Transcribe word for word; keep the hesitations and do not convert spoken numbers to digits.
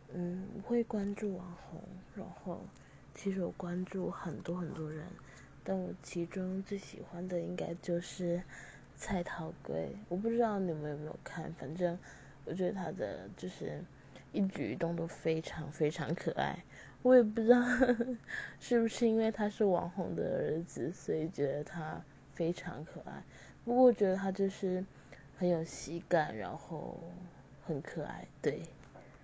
嗯，我会关注网红，然后其实我关注很多很多人，但我其中最喜欢的应该就是蔡桃贵。我不知道你们有没有看，反正我觉得他的就是一举一动都非常非常可爱。我也不知道呵呵是不是因为他是网红的儿子，所以觉得他非常可爱。不过我觉得他就是很有喜感，然后很可爱，对。